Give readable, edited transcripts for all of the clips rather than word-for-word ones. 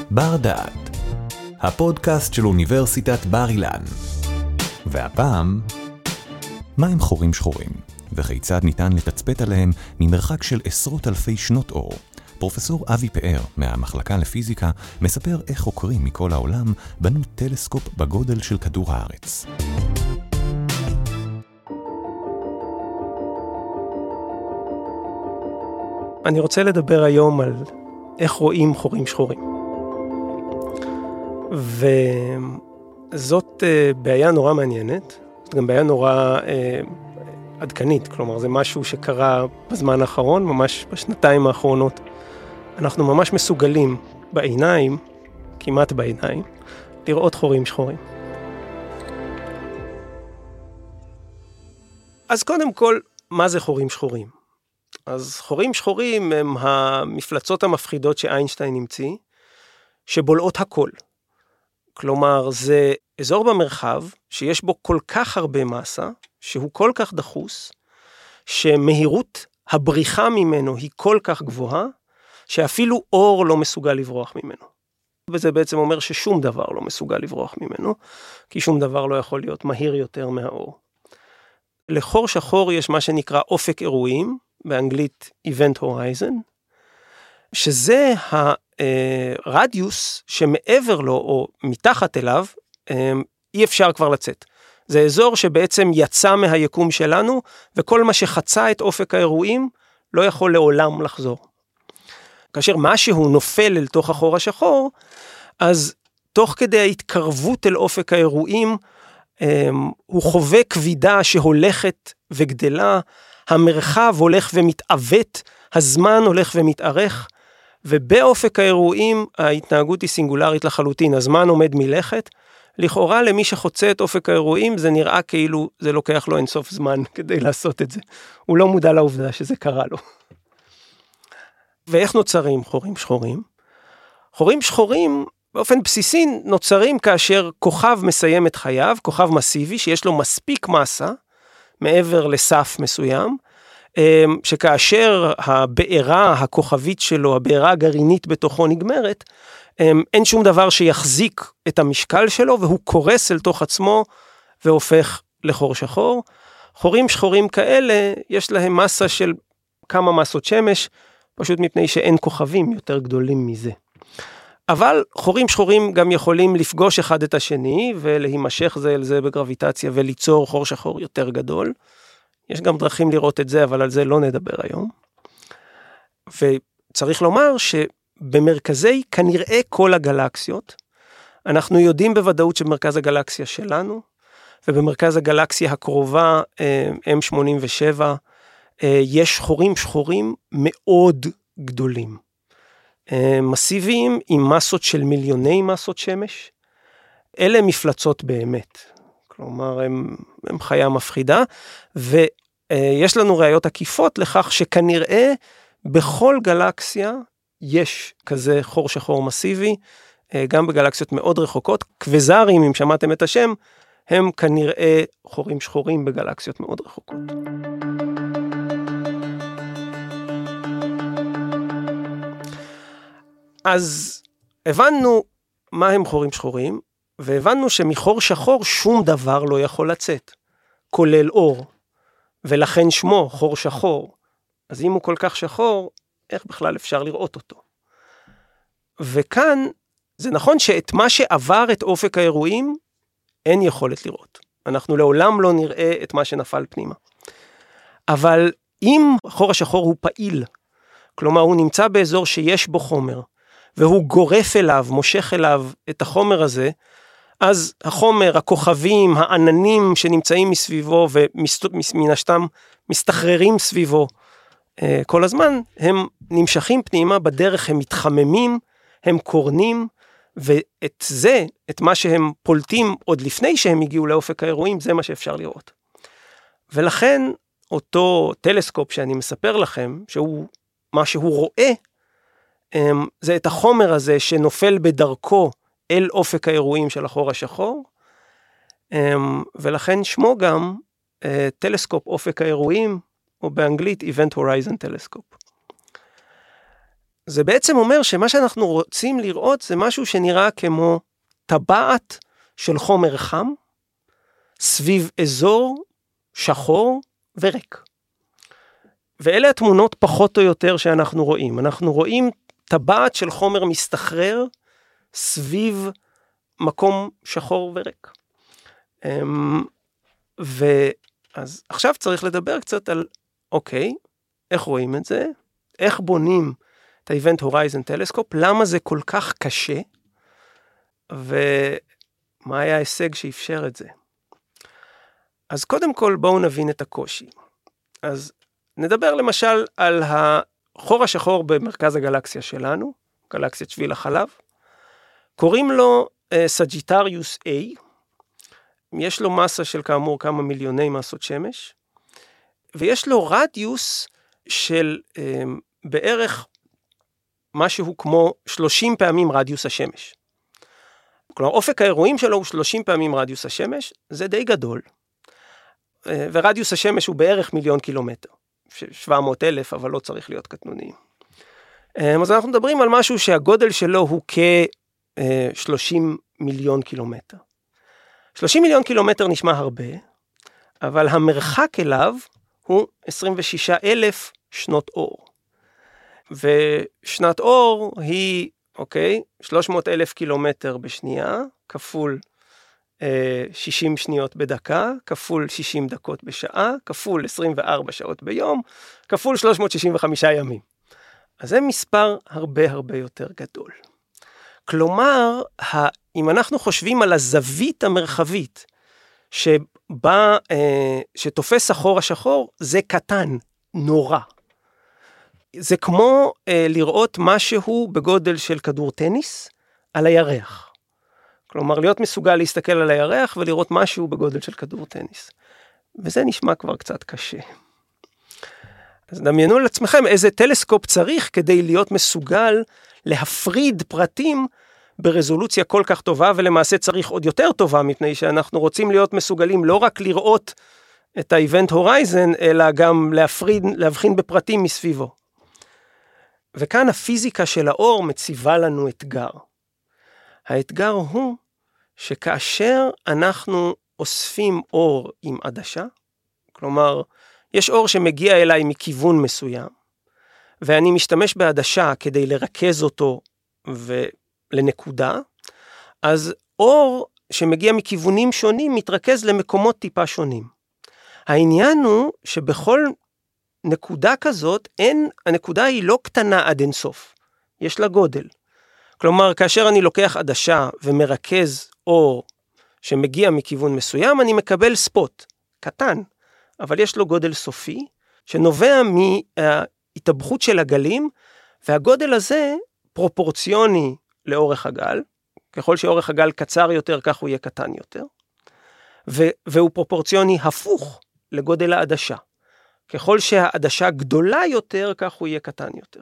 בר דעת, הפודקאסט של אוניברסיטת בר אילן. והפעם, מה הם חורים שחורים, וכיצד ניתן לתצפת עליהם ממרחק של עשרות אלפי שנות אור? פרופסור אבי פאר מהמחלקה לפיזיקה מספר איך חוקרים מכל העולם בנו טלסקופ בגודל של כדור הארץ. אני רוצה לדבר היום על איך רואים חורים שחורים. וזאת בעיה נורא מעניינת, זאת גם בעיה נורא עדכנית, כלומר זה משהו שקרה בזמן האחרון, ממש בשנתיים האחרונות. אנחנו ממש מסוגלים בעיניים, כמעט בעיניים, לראות חורים שחורים. אז קודם כל, מה זה חורים שחורים? אז חורים שחורים הם המפלצות המפחידות שאיינשטיין המציא, שבולעות הכל. כלומר, זה אזור במרחב שיש בו כל כך הרבה מסה, שהוא כל כך דחוס, שמהירות הבריחה ממנו היא כל כך גבוהה, שאפילו אור לא מסוגל לברוח ממנו. וזה בעצם אומר ששום דבר לא מסוגל לברוח ממנו, כי שום דבר לא יכול להיות מהיר יותר מהאור. לחור שחור יש מה שנקרא אופק אירועים, באנגלית Event Horizon, שזה הרדיוס שמעבר לו או מתחת אליו, אי אפשר כבר לצאת. זה אזור שבעצם יצא מהיקום שלנו, וכל מה שחצה את אופק האירועים לא יכול לעולם לחזור. כאשר משהו נופל אל תוך החור השחור, אז תוך כדי ההתקרבות אל אופק האירועים, הוא חווה כבידה שהולכת וגדלה, המרחב הולך ומתעוות, הזמן הולך ומתארך, ובאופק האירועים ההתנהגות היא סינגולרית לחלוטין, הזמן עומד מלכת, לכאורה למי שחוצה את אופק האירועים זה נראה כאילו זה לוקח לו אינסוף זמן כדי לעשות את זה, הוא לא מודע לעובדה שזה קרה לו. ואיך נוצרים חורים שחורים? חורים שחורים באופן בסיסי נוצרים כאשר כוכב מסיים את חייו, כוכב מסיבי שיש לו מספיק מסה, מעבר לסף מסוים, שכאשר הבעירה הכוכבית שלו, הבעירה הגרעינית בתוכו נגמרת, אין שום דבר שיחזיק את המשקל שלו, והוא קורס אל תוך עצמו והופך לחור שחור. חורים שחורים כאלה, יש להם מסה של כמה מסות שמש, פשוט מפני שאין כוכבים יותר גדולים מזה. אבל חורים שחורים גם יכולים לפגוש אחד את השני, ולהימשך זה אל זה בגרביטציה, וליצור חור שחור יותר גדול. יש גם דרכים לראות את זה, אבל על זה לא נדבר היום. וצריך לומר שבמרכזי כנראה כל הגלקסיות, אנחנו יודעים בוודאות שבמרכז הגלקסיה שלנו, ובמרכז הגלקסיה הקרובה, M87, יש חורים שחורים מאוד גדולים. מסיביים עם מסות של מיליוני מסות שמש. אלה מפלצות באמת. כלומר, הם חיה מפחידה, ויש לנו ראיות עקיפות לכך שכנראה בכל גלקסיה יש כזה חור שחור מסיבי, גם בגלקסיות מאוד רחוקות. קווזרים, אם שמעתם את השם, הם כנראה חורים שחורים בגלקסיות מאוד רחוקות. אז הבנו מה הם חורים שחורים, והבנו שמחור שחור שום דבר לא יכול לצאת, כולל אור, ולכן שמו חור שחור. אז אם הוא כל כך שחור, איך בכלל אפשר לראות אותו? וכאן זה נכון שאת מה שעבר את אופק האירועים, אין יכולת לראות. אנחנו לעולם לא נראה את מה שנפל פנימה. אבל אם החור השחור הוא פעיל, כלומר הוא נמצא באזור שיש בו חומר, והוא גורף אליו, מושך אליו את החומר הזה, אז החומר, הכוכבים, העננים שנמצאים מסביבו, ומן השתם מסתחררים סביבו, כל הזמן הם נמשכים פנימה, בדרך הם מתחממים, הם קורנים, ואת זה, את מה שהם פולטים עוד לפני שהם הגיעו לאופק האירועים, זה מה שאפשר לראות. ולכן אותו טלסקופ שאני מספר לכם, שהוא מה שהוא רואה, זה את החומר הזה שנופל בדרכו אל אופק האירועים של החור השחור, ולכן שמו גם טלסקופ אופק האירועים, או באנגלית Event Horizon Telescope. זה בעצם אומר שמה שאנחנו רוצים לראות זה משהו שנראה כמו טבעת של חומר חם, סביב אזור שחור וריק. ואלה התמונות פחות או יותר שאנחנו רואים. אנחנו רואים טבעת של חומר מסתחרר סביב מקום שחור וריק. אז עכשיו צריך לדבר קצת על, אוקיי, איך רואים את זה? איך בונים את ה-Event Horizon Telescope? למה זה כל כך קשה? ומה היה ההישג שאפשר את זה? אז קודם כל בואו נבין את הקושי. אז נדבר למשל על החור השחור במרכז הגלקסיה שלנו, גלקסיית שביל החלב. קוראים לו סג'יטריוס A, יש לו מסה של כאמור כמה מיליוני מסות שמש, ויש לו רדיוס של בערך משהו כמו 30 פעמים רדיוס השמש. כלומר, אופק האירועים שלו הוא 30 פעמים רדיוס השמש, זה די גדול. ורדיוס השמש הוא בערך 1,000,000 קילומטר. 700,000, אבל לא צריך להיות קטנוניים. אז אנחנו מדברים על משהו שהגודל שלו הוא כ-30 מיליון קילומטר. 30 מיליון קילומטר נשמע הרבה, אבל המרחק אליו הוא 26,000 שנות אור. ושנת אור היא, 300,000 קילומטר בשנייה, כפול 60 שניות בדקה, כפול 60 דקות בשעה, כפול 24 שעות ביום, כפול 365 ימים. אז זה מספר הרבה הרבה יותר גדול. כלומר, אם אנחנו חושבים על הזווית המרחבית, שתופס החור השחור, זה קטן, נורא. זה כמו לראות משהו בגודל של כדור טניס על הירח. כלומר, להיות מסוגל להסתכל על הירח ולראות משהו בגודל של כדור טניס. וזה נשמע כבר קצת קשה. אז דמיינו לעצמכם איזה טלסקופ צריך כדי להיות מסוגל להפריד פרטים ברזולוציה כל כך טובה, ולמעשה צריך עוד יותר טובה, מפני שאנחנו רוצים להיות מסוגלים לא רק לראות את ה-Event Horizon, אלא גם להבחין בפרטים מסביבו. וכאן הפיזיקה של האור מציבה לנו אתגר. האתגר הוא שכאשר אנחנו אוספים אור עם עדשה, כלומר, יש אור שמגיע אליי מכיוון מסוים, ואני משתמש בעדשה כדי לרכז אותו לנקודה, אז אור שמגיע מכיוונים שונים מתרכז למקומות טיפה שונים. העניין הוא שבכל נקודה כזאת, הנקודה היא לא קטנה עד אינסוף, יש לה גודל. כלומר, כאשר אני לוקח עדשה ומרכז אור שמגיע מכיוון מסוים, אני מקבל ספוט קטן, אבל יש לו גודל סופי, שנובע מהתאבכות של הגלים, והגודל הזה פרופורציוני לאורך הגל, ככל שאורך הגל קצר יותר, כך הוא יהיה קטן יותר, והוא פרופורציוני הפוך לגודל העדשה. ככל שהעדשה גדולה יותר, כך הוא יהיה קטן יותר.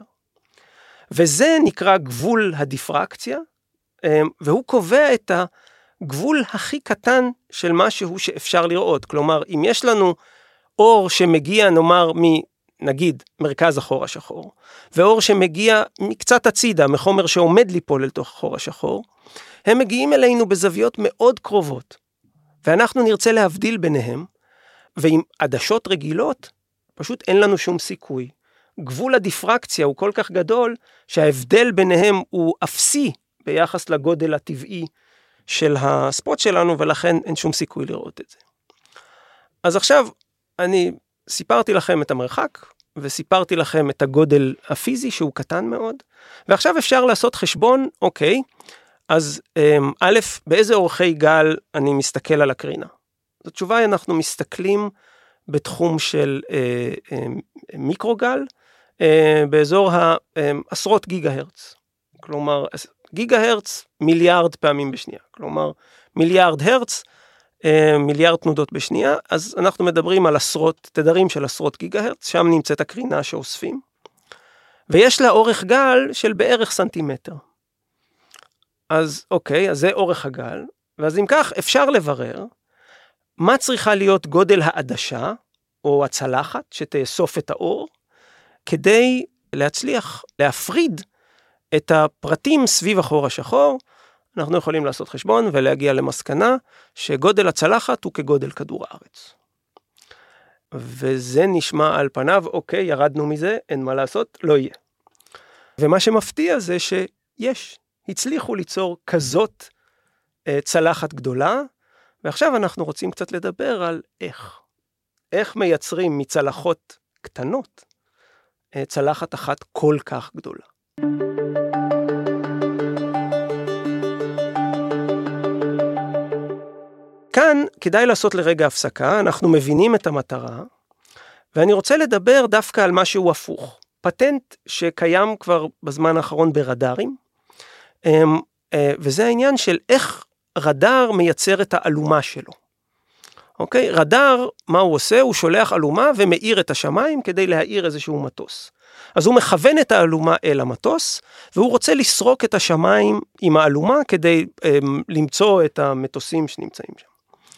וזה נקרא גבול הדיפרקציה, והוא קובע את הגבול הכי קטן של משהו שאפשר לראות. כלומר, אם יש לנו אור שמגיע, נאמר, נגיד, מרכז החור השחור, ואור שמגיע מקצת הצידה, מחומר שעומד ליפול לתוך החור השחור, הם מגיעים אלינו בזוויות מאוד קרובות, ואנחנו נרצה להבדיל ביניהם, ועם עדשות רגילות, פשוט אין לנו שום סיכוי. גבול הדיפרקציה הוא כל כך גדול, שההבדל ביניהם הוא אפסי, ביחס לגודל הטבעי של הספוט שלנו, ולכן אין שום סיכוי לראות את זה. אז עכשיו, אני סיפרתי לכם את המרחק, וסיפרתי לכם את הגודל הפיזי שהוא קטן מאוד, ועכשיו אפשר לעשות חשבון, אוקיי, אז א', באיזה אורכי גל אני מסתכל על הקרינה? זו תשובה, אנחנו מסתכלים בתחום של מיקרוגל, באזור עשרות גיגה הרץ. כלומר, גיגה הרץ, מיליארד פעמים בשנייה. כלומר, מיליארד הרץ, מיליארד תנודות בשנייה, אז אנחנו מדברים על תדרים של עשרות גיגה הרץ, שם נמצאת הקרינה שאוספים, ויש לה אורך גל של בערך סנטימטר. אז אוקיי, אז זה אורך הגל, ואז אם כך אפשר לברר, מה צריכה להיות גודל העדשה, או הצלחת, שתאסוף את האור, כדי להצליח להפריד את הפרטים סביב החור השחור, אנחנו יכולים לעשות חשבון ולהגיע למסקנה שגודל הצלחת הוא כגודל כדור הארץ. וזה נשמע על פניו, אוקיי, ירדנו מזה, אין מה לעשות, לא יהיה. ומה שמפתיע זה שיש, הצליחו ליצור כזאת צלחת גדולה, ועכשיו אנחנו רוצים קצת לדבר על איך. איך מייצרים מצלחות קטנות צלחת אחת כל כך גדולה. כאן כדאי לעשות לרגע הפסקה, אנחנו מבינים את המטרה, ואני רוצה לדבר דווקא על משהו הפוך. פטנט שקיים כבר בזמן האחרון ברדארים, וזה העניין של איך רדאר מייצר את האלומה שלו. אוקיי? רדאר, מה הוא עושה? הוא שולח אלומה ומאיר את השמיים כדי להאיר איזשהו מטוס. אז הוא מכוון את האלומה אל המטוס, והוא רוצה לסרוק את השמיים עם האלומה כדי למצוא את המטוסים שנמצאים שם.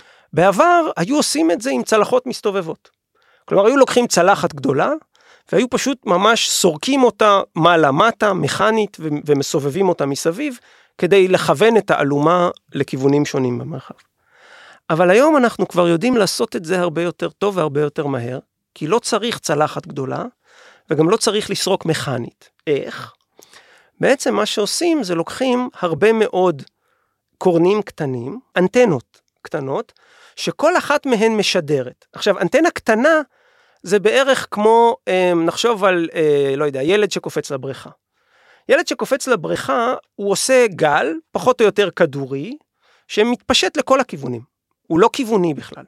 בעבר היו עושים את זה עם צלחות מסתובבות. כלומר, היו לוקחים צלחת גדולה, והיו פשוט ממש סורקים אותה מעלה-מטה, מכנית, ומסובבים אותה מסביב, כדי לכוון את האלומה לכיוונים שונים במרחב. אבל היום אנחנו כבר יודעים לעשות את זה הרבה יותר טוב והרבה יותר מהר, כי לא צריך צלחת גדולה, וגם לא צריך לסרוק מכנית. איך? בעצם מה שעושים זה לוקחים הרבה מאוד קורנים קטנים, אנטנות קטנות, שכל אחת מהן משדרת. עכשיו, אנטנה קטנה זה בערך כמו, נחשוב על, לא יודע, ילד שקופץ לבריכה. ילד שקופץ לבריכה, הוא עושה גל, פחות או יותר כדורי, שמתפשט לכל הכיוונים. הוא לא כיווני בכלל.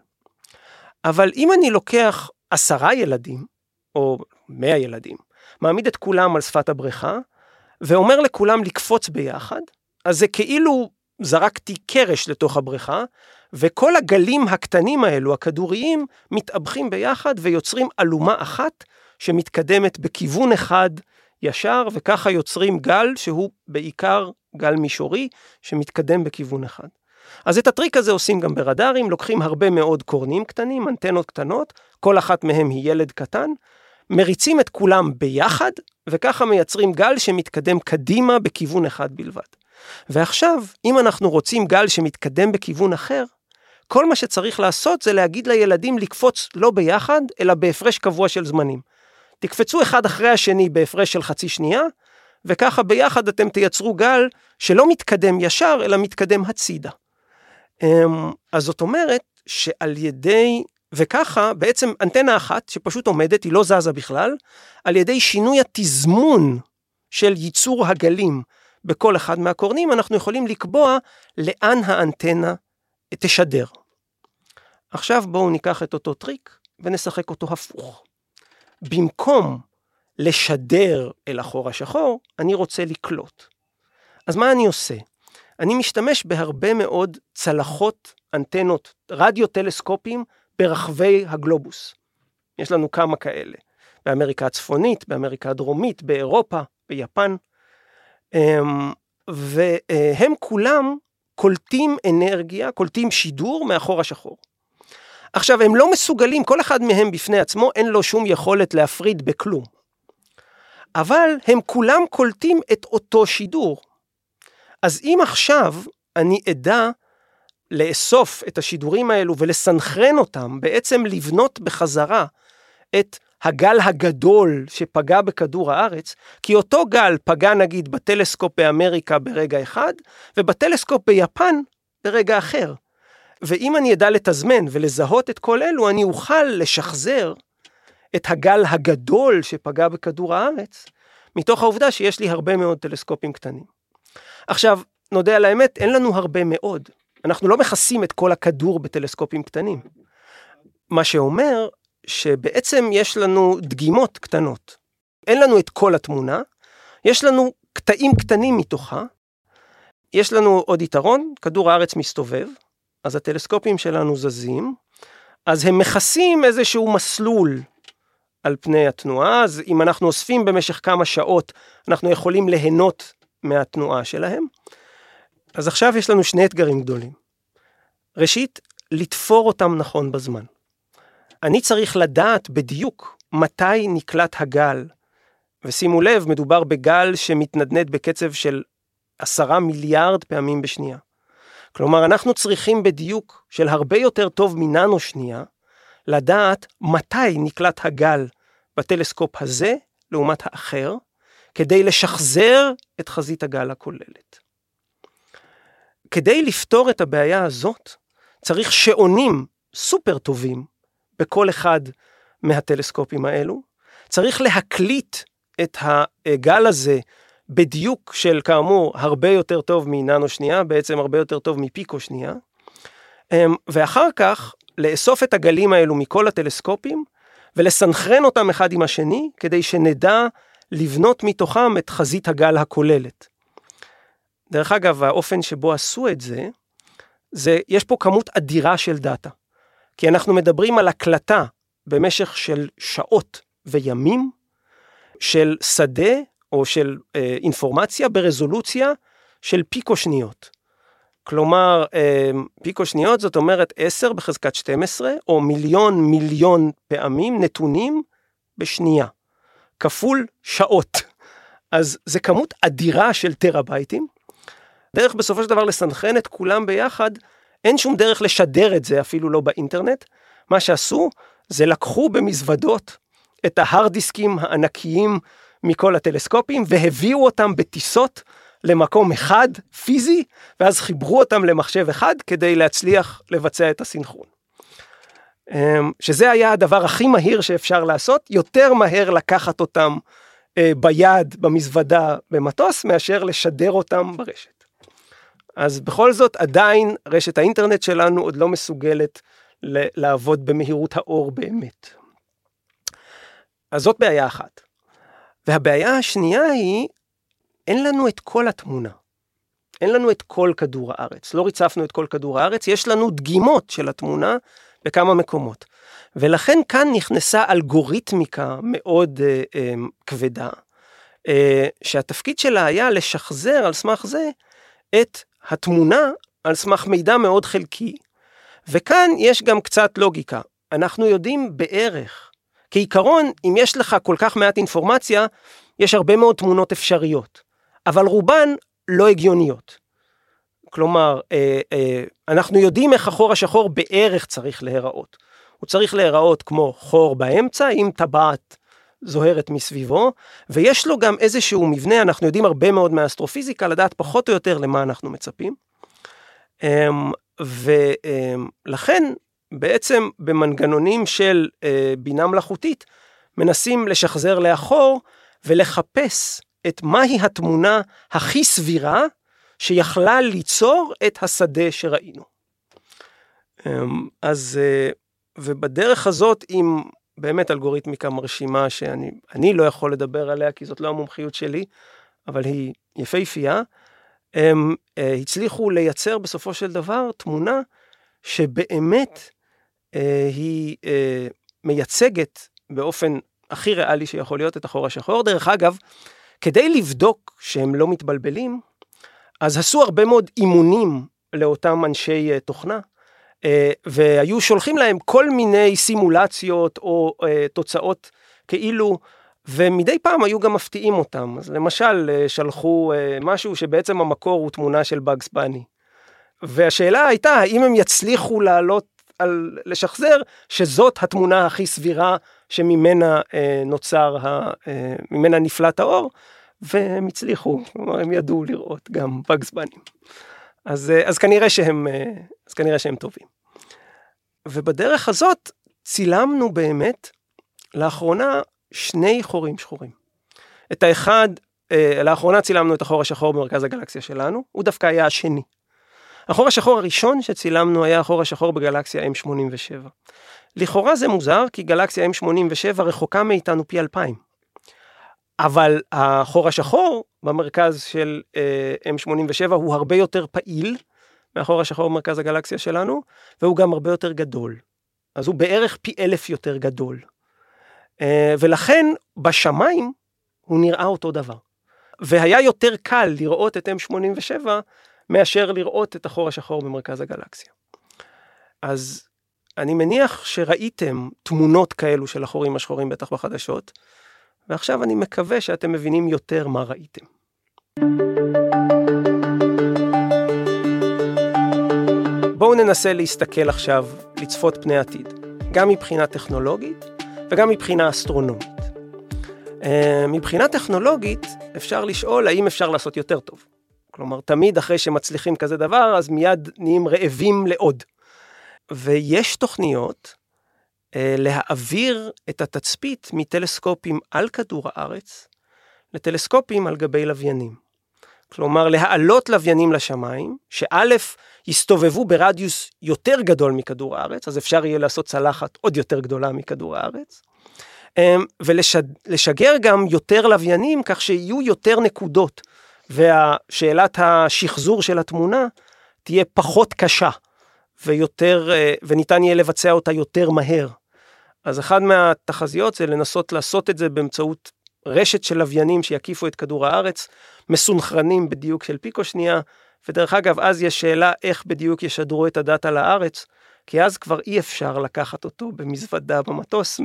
אבל אם אני לוקח 10 ילדים, או 100 ילדים, מעמיד את כולם על שפת הבריכה, ואומר לכולם לקפוץ ביחד, אז זה כאילו זרקתי קרש לתוך הבריכה, וכל הגלים הקטנים האלו, הכדוריים, מתאבחים ביחד ויוצרים אלומה אחת שמתקדמת בכיוון אחד ישר, וככה יוצרים גל שהוא בעיקר גל מישורי שמתקדם בכיוון אחד. אז את הטריק הזה עושים גם ברדארים, לוקחים הרבה מאוד קורנים קטנים, אנטנות קטנות, כל אחת מהם היא ילד קטן, מריצים את כולם ביחד, וככה מייצרים גל שמתקדם קדימה בכיוון אחד בלבד. ועכשיו, אם אנחנו רוצים גל שמתקדם בכיוון אחר, כל מה שצריך לעשות זה להגיד לילדים לקפוץ לא ביחד, אלא בהפרש קבוע של זמנים. תקפצו אחד אחרי השני בהפרש של חצי שנייה, וככה ביחד אתם תייצרו גל שלא מתקדם ישר, אלא מתקדם הצידה. אז זאת אומרת שעל ידי, וככה בעצם אנטנה אחת שפשוט עומדת, היא לא זזה בכלל, על ידי שינוי התזמון של ייצור הגלים בכל אחד מהקורנים, אנחנו יכולים לקבוע לאן האנטנה תשדר. עכשיו בואו ניקח את אותו טריק ונשחק אותו הפוך. במקום לשדר אל החור השחור, אני רוצה לקלוט. אז מה אני עושה? אני משתמש בהרבה מאוד צלחות, אנטנות, רדיו טלסקופים ברחבי הגלובוס. יש לנו כמה כאלה. באמריקה הצפונית, באמריקה הדרומית, באירופה, ביפן. והם כולם קולטים אנרגיה, קולטים שידור מהחור השחור. עכשיו, הם לא מסוגלים, כל אחד מהם בפני עצמו, אין לו שום יכולת להפריד בכלום. אבל הם כולם קולטים את אותו שידור. אז אם עכשיו אני אדע לאסוף את השידורים האלו ולסנכרן אותם, בעצם לבנות בחזרה את הגל הגדול שפגע בכדור הארץ, כי אותו גל פגע נגיד בטלסקופ באמריקה ברגע אחד, ובטלסקופ ביפן ברגע אחר. ואם אני אדע לתזמן ולזהות את כל אלו, אני אוכל לשחזר את הגל הגדול שפגע בכדור הארץ, מתוך העובדה שיש לי הרבה מאוד טלסקופים קטנים. עכשיו, נודע על האמת, אין לנו הרבה מאוד. אנחנו לא מכסים את כל הכדור בטלסקופים קטנים. מה שאומר שבעצם יש לנו דגימות קטנות. אין לנו את כל התמונה, יש לנו קטעים קטנים מתוכה, יש לנו עוד יתרון, כדור הארץ מסתובב, אז הטלסקופים שלנו זזים, אז הם מכסים איזשהו מסלול על פני התנועה, אז אם אנחנו אוספים במשך כמה שעות, אנחנו יכולים ליהנות מהתנועה שלהם. אז עכשיו יש לנו 2 אתגרים גדולים. ראשית, לתפור אותם נכון בזמן. אני צריך לדעת בדיוק מתי נקלט הגל ושימו לב, מדובר בגל שמתנדנד בקצב של 10 מיליארד פעמים בשנייה. כלומר, אנחנו צריכים בדיוק של הרבה יותר טוב מננו שנייה, לדעת מתי נקלט הגל בטלסקופ הזה, לעומת האחר, כדי לשחזר את חזית הגל הכוללת. כדי לפתור את הבעיה הזאת, צריך שעונים סופר טובים בכל אחד מהטלסקופים האלו. צריך להקליט את הגל הזה בדיוק של כאמור הרבה יותר טוב מננו שנייה, בעצם הרבה יותר טוב מפיקו שנייה. ואחר כך לאסוף את הגלים האלו מכל הטלסקופים ולסנכרן אותם אחד עם השני כדי שנדע לבנות מתוכם את חזית הגל הכוללת. דרך אגב, האופן שבו עשו את זה יש פה כמות אדירה של דאטה. כי אנחנו מדברים על הקלטה במשך של שעות וימים, של שדה או של אינפורמציה ברזולוציה של פיקו שניות. כלומר, פיקו שניות זאת אומרת 10 בחזקת 12, או מיליון פעמים נתונים בשנייה. כפול שעות. אז זה כמות אדירה של טראבייטים. דרך בסופו של דבר לסנכרן את כולם ביחד, אין שום דרך לשדר את זה, אפילו לא באינטרנט. מה שעשו, זה לקחו במזוודות את ההארד דיסקים הענקיים מכל הטלסקופים, והביאו אותם בטיסות למקום אחד, פיזי, ואז חיברו אותם למחשב אחד, כדי להצליח לבצע את הסינכרון. שזה היה הדבר הכי מהיר שאפשר לעשות, יותר מהר לקחת אותם ביד, במזוודה, במטוס, מאשר לשדר אותם ברשת. אז בכל זאת, עדיין רשת האינטרנט שלנו עוד לא מסוגלת לעבוד במהירות האור באמת. אז זאת בעיה אחת. והבעיה השנייה היא, אין לנו את כל התמונה. אין לנו את כל כדור הארץ. לא ריצפנו את כל כדור הארץ, יש לנו דגימות של התמונה בכמה מקומות. ולכן כאן נכנסה אלגוריתמיקה מאוד כבדה, שהתפקיד שלה היה לשחזר על סמך זה את התמונה על סמך מידע מאוד חלקי. וכאן יש גם קצת לוגיקה. אנחנו יודעים בערך, כעיקרון, אם יש לך כל כך מעט אינפורמציה, יש הרבה מאוד תמונות אפשריות, אבל רובן לא הגיוניות. כלומר, אנחנו יודעים איך החור השחור בערך צריך להיראות. הוא צריך להיראות כמו חור באמצע, עם טבעת זוהרת מסביבו, ויש לו גם איזשהו מבנה, אנחנו יודעים הרבה מאוד מהאסטרופיזיקה, לדעת פחות או יותר למה אנחנו מצפים. ולכן, בעצם במנגנונים של בינה מלאכותית, מנסים לשחזר לאחור, ולחפש את מהי התמונה הכי סבירה, שיכלה ליצור את השדה שראינו. אז, ובדרך הזאת, עם באמת אלגוריתמיקה מרשימה, שאני לא יכול לדבר עליה, כי זאת לא המומחיות שלי, אבל היא יפהפייה, הם הצליחו לייצר בסופו של דבר תמונה, שבאמת היא מייצגת באופן הכי ריאלי שיכול להיות את החור השחור. דרך אגב, כדי לבדוק שהם לא מתבלבלים, אז עשו הרבה מאוד אימונים לאותם אנשי תוכנה, והיו שולחים להם כל מיני סימולציות או תוצאות כאילו, ומדי פעם היו גם מפתיעים אותם. אז למשל, שלחו משהו שבעצם המקור הוא תמונה של באגס בני. והשאלה הייתה, האם הם יצליחו לשחזר שזאת התמונה הכי סבירה שממנה ממנה נפלט האור, והם הצליחו, כלומר הם ידעו לראות גם באגס בני. אז כנראה שהם טובים. ובדרך הזאת צילמנו באמת לאחרונה 2 חורים שחורים. את האחד, לאחרונה צילמנו את החור השחור במרכז הגלקסיה שלנו, הוא דווקא היה השני. החור השחור הראשון שצילמנו היה החור השחור בגלקסיה M87. לכאורה זה מוזר, כי גלקסיה M87 רחוקה מאיתנו פי 2000. אבל החור השחור במרכז של M87 הוא הרבה יותר פעיל מהחור השחור במרכז הגלקסיה שלנו, והוא גם הרבה יותר גדול. אז הוא בערך פי 1000 יותר גדול. ולכן בשמיים הוא נראה אותו דבר. והיה יותר קל לראות את M87 מאשר לראות את החור השחור במרכז הגלקסיה. אז אני מניח שראיתם תמונות כאלו של החורים השחורים בטח בחדשות, ועכשיו אני מקווה שאתם מבינים יותר מה ראיתם. בואו ננסה להסתכל עכשיו, לצפות פני עתיד, גם מבחינה טכנולוגית וגם מבחינה אסטרונומית. מבחינה טכנולוגית אפשר לשאול האם אפשר לעשות יותר טוב. כלומר, תמיד אחרי שמצליחים כזה דבר, אז מיד נהיים רעבים לעוד. ויש תוכניות להעביר את התצפית מטלסקופים על כדור הארץ לטלסקופים על גבי לוויינים. כלומר, להעלות לוויינים לשמיים, שא' יסתובבו ברדיוס יותר גדול מכדור הארץ, אז אפשר יהיה לעשות צלחת עוד יותר גדולה מכדור הארץ, ולשגר גם יותר לוויינים, כך שיהיו יותר נקודות, ושאלת השחזור של התמונה תהיה פחות קשה, וניתן יהיה לבצע אותה יותר מהר. אז אחד מהתחזיות זה לנסות לעשות את זה באמצעות רשת של לוויינים שיקיפו את כדור הארץ, מסונכרנים בדיוק של פיקו שנייה, ודרך אגב, אז יש שאלה איך בדיוק ישדרו את הדאטה לארץ, כי אז כבר אי אפשר לקחת אותו במזוודה במטוס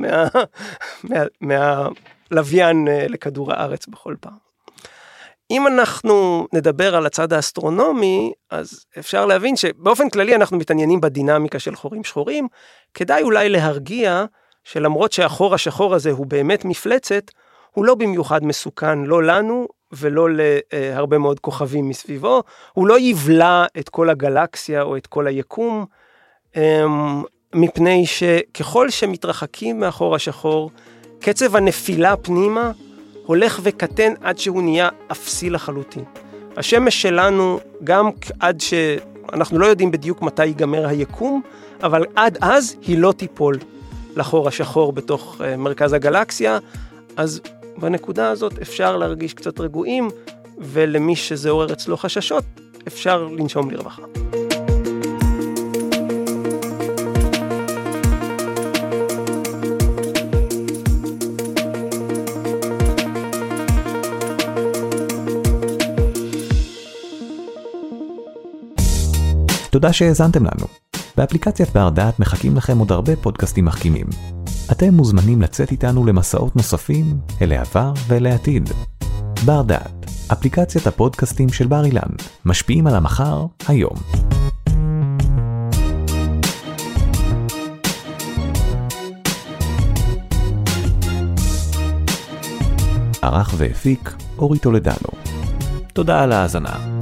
מהלוויין לכדור הארץ בכל פעם. אם אנחנו נדבר על הצד האסטרונומי, אז אפשר להבין שבאופן כללי אנחנו מתעניינים בדינמיקה של חורים שחורים, כדאי אולי להרגיע שלמרות שהחור השחור הזה הוא באמת מפלצת, הוא לא במיוחד מסוכן, לא לנו ולא להרבה מאוד כוכבים מסביבו, הוא לא יבלע את כל הגלקסיה או את כל היקום, מפני שככל שמתרחקים מהחור השחור, קצב הנפילה פנימה הולך וקטן עד שהוא נהיה אפסי לחלוטין. השמש שלנו, גם עד שאנחנו לא יודעים בדיוק מתי ייגמר היקום, אבל עד אז היא לא תיפול לחור השחור בתוך מרכז הגלקסיה, אז בנקודה הזאת אפשר להרגיש קצת רגועים, ולמי שזה עורר אצלו חששות, אפשר לנשום לרווחה. תודה שהאזנתם לנו. באפליקציית בר דעת מחכים לכם עוד הרבה פודקאסטים מחכימים. אתם מוזמנים לצאת איתנו למסעות נוספים אל העבר ואל העתיד. בר דעת, אפליקציית הפודקאסטים של בר אילן, משפיעים על המחר היום. ערך והפיק אורי טולדנו. תודה על ההאזנה.